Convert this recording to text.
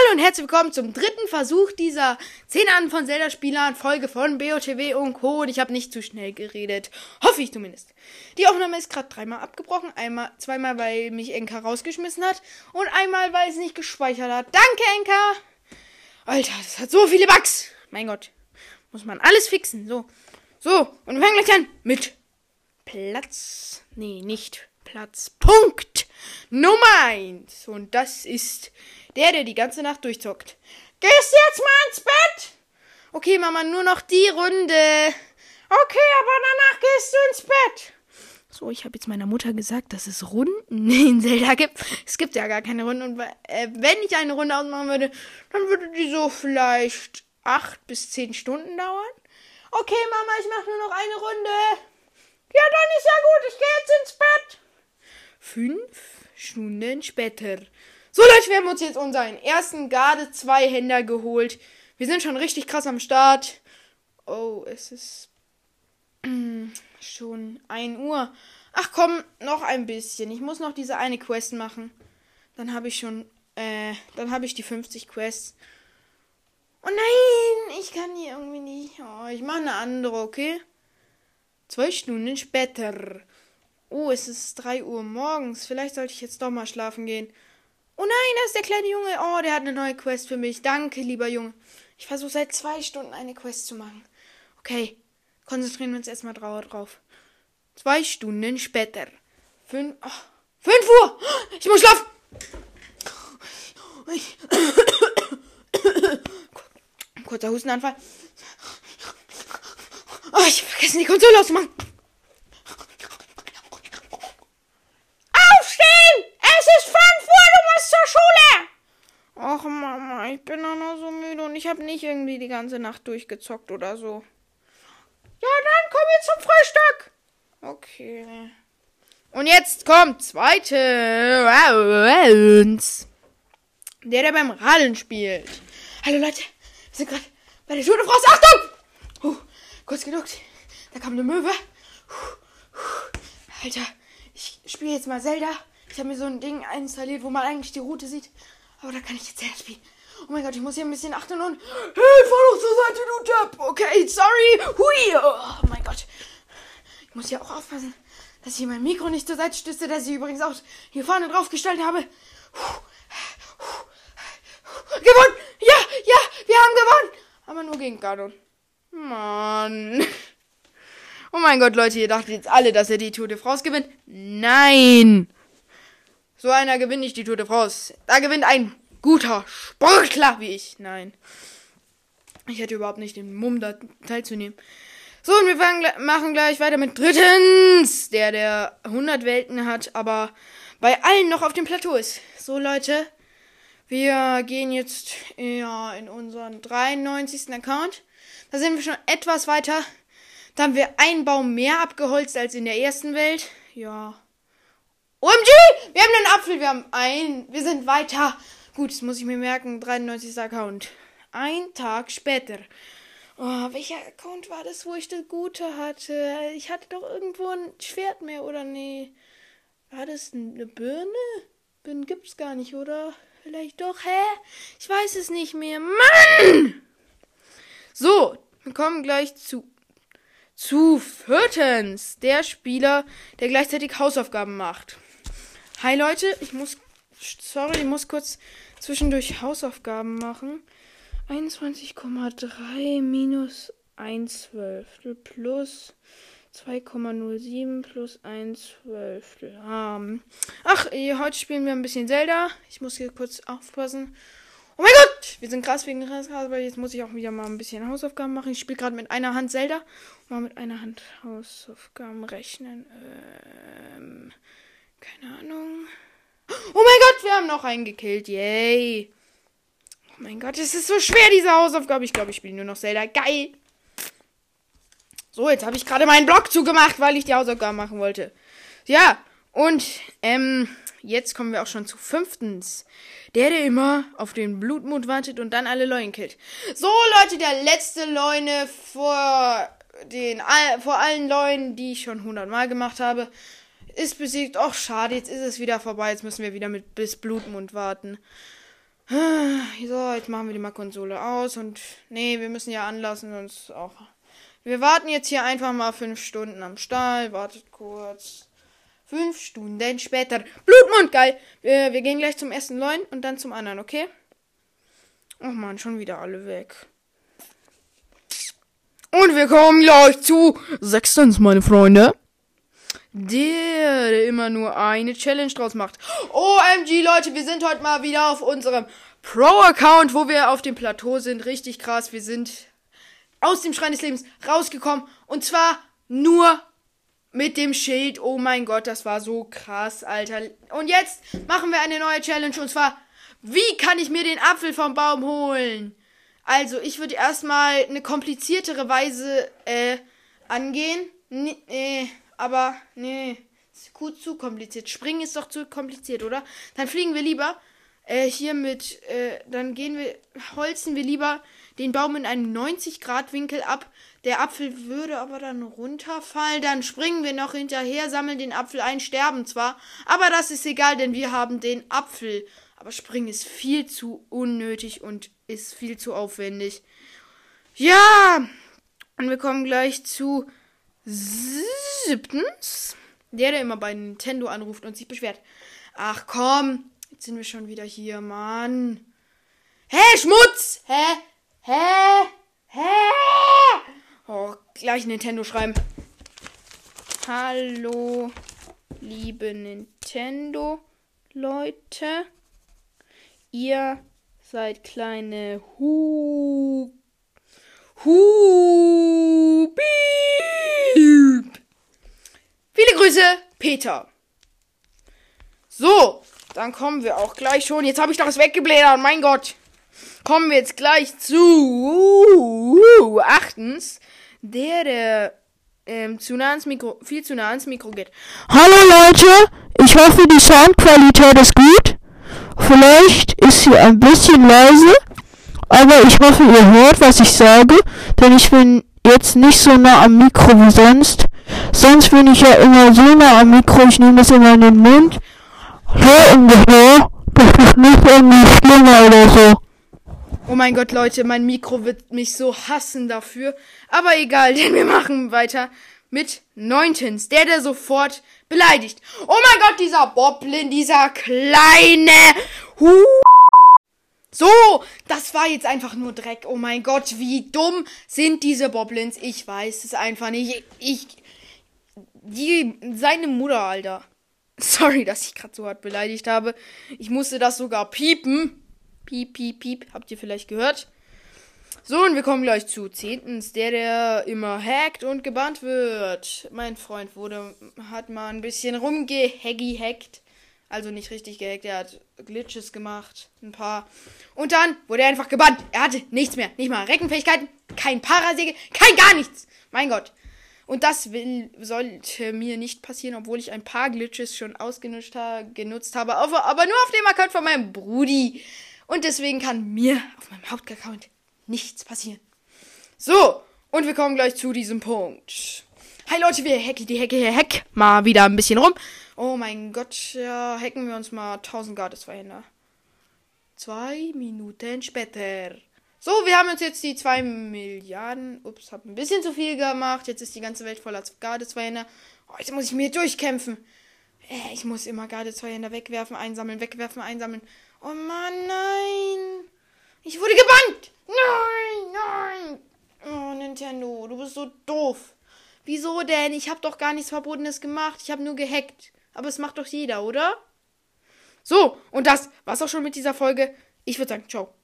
Hallo und herzlich willkommen zum dritten Versuch dieser 10 Arten von Zelda-Spielern Folge von BOTW und Co. Und ich habe nicht zu schnell geredet. Hoffe ich zumindest. Die Aufnahme ist gerade 3-mal abgebrochen. Zweimal, weil mich Enka rausgeschmissen hat. Und einmal, weil es nicht gespeichert hat. Danke, Enka! Alter, das hat so viele Bugs. Mein Gott. Muss man alles fixen. So, und wir fangen gleich an mit Platz. Nee, nicht Platz. Punkt Nummer 1. Und das ist der die ganze Nacht durchzockt. Gehst du jetzt mal ins Bett? Okay, Mama, nur noch die Runde. Okay, aber danach gehst du ins Bett. So, ich habe jetzt meiner Mutter gesagt, dass es Runden in Zelda gibt. Es gibt ja gar keine Runden. Und wenn ich eine Runde ausmachen würde, dann würde die so vielleicht 8 bis 10 Stunden dauern. Okay, Mama, ich mache nur noch eine Runde. Ja, dann ist ja gut. Ich gehe jetzt ins Bett. 5 Stunden später. So, Leute, wir haben uns jetzt unseren ersten Garde-2-Händer geholt. Wir sind schon richtig krass am Start. Oh, es ist schon 1 Uhr. Ach komm, noch ein bisschen. Ich muss noch diese eine Quest machen. Dann habe ich die 50 Quests. Oh nein, ich kann die irgendwie nicht. Oh, ich mache eine andere, okay? 2 Stunden später. Oh, es ist 3 Uhr morgens. Vielleicht sollte ich jetzt doch mal schlafen gehen. Oh nein, da ist der kleine Junge. Oh, der hat eine neue Quest für mich. Danke, lieber Junge. Ich versuche seit 2 Stunden eine Quest zu machen. Okay, konzentrieren wir uns erstmal drauf. 2 Stunden später. 5 Uhr. Ich muss schlafen. Kurzer Hustenanfall. Oh, ich habe vergessen, die Konsole auszumachen. Ach Mama, ich bin doch noch so müde und ich habe nicht irgendwie die ganze Nacht durchgezockt oder so. Ja, dann komm jetzt zum Frühstück. Okay. Und jetzt kommt zweite Round. Der beim Radeln spielt. Hallo Leute, wir sind gerade bei der Tour de France. Achtung! Kurz geduckt. Da kam eine Möwe. Alter, ich spiele jetzt mal Zelda. Ich habe mir so ein Ding installiert, wo man eigentlich die Route sieht. Aber da kann ich jetzt Zelda spielen. Oh mein Gott, ich muss hier ein bisschen achten und... Hey, fahr doch zur Seite, du Depp. Okay, sorry. Hui. Oh mein Gott. Ich muss hier auch aufpassen, dass ich hier mein Mikro nicht zur Seite stütze, das ich übrigens auch hier vorne drauf gestellt habe. Gewonnen. Ja, wir haben gewonnen. Aber nur gegen Ganon. Mann. Oh mein Gott, Leute, ihr dachtet jetzt alle, dass er die Tour de France gewinnt. Nein. So einer gewinnt nicht die Tour de France. Da gewinnt ein guter Sportler wie ich. Nein. Ich hätte überhaupt nicht den Mumm, da teilzunehmen. So, und wir machen gleich weiter mit drittens. Der 100 Welten hat, aber bei allen noch auf dem Plateau ist. So, Leute. Wir gehen jetzt in unseren 93. Account. Da sind wir schon etwas weiter. Da haben wir einen Baum mehr abgeholzt als in der ersten Welt. Ja. OMG! Wir haben einen Apfel, wir sind weiter. Gut, das muss ich mir merken, 93. Account. 1 Tag später. Oh, welcher Account war das, wo ich das Gute hatte? Ich hatte doch irgendwo ein Schwert mehr, oder nee? War das eine Birne? Birnen gibt's gar nicht, oder? Vielleicht doch, hä? Ich weiß es nicht mehr. Mann! So, wir kommen gleich zu viertens. Der Spieler, der gleichzeitig Hausaufgaben macht. Hi Leute, ich muss kurz zwischendurch Hausaufgaben machen. 21,3 minus 1/12 plus 2,07 plus 1/12. Ach, heute spielen wir ein bisschen Zelda. Ich muss hier kurz aufpassen. Oh mein Gott, wir sind krass wegen krass, aber jetzt muss ich auch wieder mal ein bisschen Hausaufgaben machen. Ich spiele gerade mit einer Hand Zelda. Mal mit einer Hand Hausaufgaben rechnen. Keine Ahnung. Oh mein Gott, wir haben noch einen gekillt. Yay. Oh mein Gott, es ist so schwer, diese Hausaufgabe. Ich glaube, ich spiele nur noch Zelda. Geil. So, jetzt habe ich gerade meinen Blog zugemacht, weil ich die Hausaufgaben machen wollte. Ja, und jetzt kommen wir auch schon zu fünftens. Der immer auf den Blutmond wartet und dann alle Leunen killt. So, Leute, der letzte Leune vor allen Leunen, die ich schon 100-mal gemacht habe, ist besiegt. Och, schade, jetzt ist es wieder vorbei. Jetzt müssen wir wieder bis Blutmond warten. Hier So, jetzt machen wir die mal Konsole aus und nee, wir müssen ja anlassen, sonst auch. Wir warten jetzt hier einfach mal 5 Stunden am Stall. Wartet kurz. 5 Stunden später. Blutmond, geil. Wir gehen gleich zum ersten Leuen und dann zum anderen, okay? Ach man, schon wieder alle weg. Und wir kommen gleich zu 6. meine Freunde. Der immer nur eine Challenge draus macht. OMG, Leute, wir sind heute mal wieder auf unserem Pro-Account, wo wir auf dem Plateau sind. Richtig krass, wir sind aus dem Schrein des Lebens rausgekommen. Und zwar nur mit dem Schild. Oh mein Gott, das war so krass, Alter. Und jetzt machen wir eine neue Challenge. Und zwar, wie kann ich mir den Apfel vom Baum holen? Also, ich würde erstmal eine kompliziertere Weise angehen. Aber, ist gut zu kompliziert. Springen ist doch zu kompliziert, oder? Dann fliegen wir lieber dann holzen wir lieber den Baum in einem 90-Grad-Winkel ab. Der Apfel würde aber dann runterfallen. Dann springen wir noch hinterher, sammeln den Apfel ein, sterben zwar. Aber das ist egal, denn wir haben den Apfel. Aber springen ist viel zu unnötig und ist viel zu aufwendig. Ja, und wir kommen gleich zu 7. Der immer bei Nintendo anruft und sich beschwert. Ach komm, jetzt sind wir schon wieder hier, Mann. Hä, Schmutz! Hä? Oh, gleich Nintendo schreiben. Hallo, liebe Nintendo-Leute. Ihr seid kleine Piep. Viele Grüße, Peter. So, dann kommen wir auch gleich schon. Jetzt habe ich doch es weggeblättert, mein Gott. Kommen wir jetzt gleich zu 8. Der zu nah ans Mikro, viel zu nah ans Mikro geht. Hallo Leute, ich hoffe die Soundqualität ist gut. Vielleicht ist sie ein bisschen leise, aber ich hoffe ihr hört, was ich sage, denn ich bin jetzt nicht so nah am Mikro wie sonst. Sonst bin ich ja immer so nah am Mikro, ich nehme das immer in den Mund. So ungefähr, das ist nicht irgendwie schlimmer oder so. Oh mein Gott, Leute, mein Mikro wird mich so hassen dafür. Aber egal, denn wir machen weiter mit 9. Der sofort beleidigt. Oh mein Gott, dieser Boblin, dieser kleine So, das war jetzt einfach nur Dreck. Oh mein Gott, wie dumm sind diese Boblins. Ich weiß es einfach nicht. Seine Mutter, Alter. Sorry, dass ich gerade so hart beleidigt habe. Ich musste das sogar piepen. Piep, piep, piep. Habt ihr vielleicht gehört? So, und wir kommen gleich zu 10. Der immer hackt und gebannt wird. Mein Freund hat mal ein bisschen rumgehackt. Also nicht richtig gehackt, er hat Glitches gemacht. Ein paar. Und dann wurde er einfach gebannt. Er hatte nichts mehr. Nicht mal Reckenfähigkeiten, kein Parasäge, kein gar nichts. Mein Gott. Und das sollte mir nicht passieren, obwohl ich ein paar Glitches schon genutzt habe. Aber nur auf dem Account von meinem Brudi. Und deswegen kann mir auf meinem Hauptaccount nichts passieren. So, und wir kommen gleich zu diesem Punkt. Hi Leute, wir hacken mal wieder ein bisschen rum. Oh mein Gott, ja, hacken wir uns mal 1000 Gottesverhänder. 2 Minuten später. So, wir haben uns jetzt die 2 Milliarden. Ups, hab ein bisschen zu viel gemacht. Jetzt ist die ganze Welt voller Gardezweihänder. Oh, jetzt muss ich mir durchkämpfen. Ich muss immer Gardezweihänder wegwerfen, einsammeln, wegwerfen, einsammeln. Oh Mann, nein. Ich wurde gebannt. Nein. Oh, Nintendo, du bist so doof. Wieso denn? Ich habe doch gar nichts Verbotenes gemacht. Ich habe nur gehackt. Aber es macht doch jeder, oder? So, und das war's auch schon mit dieser Folge. Ich würde sagen, ciao.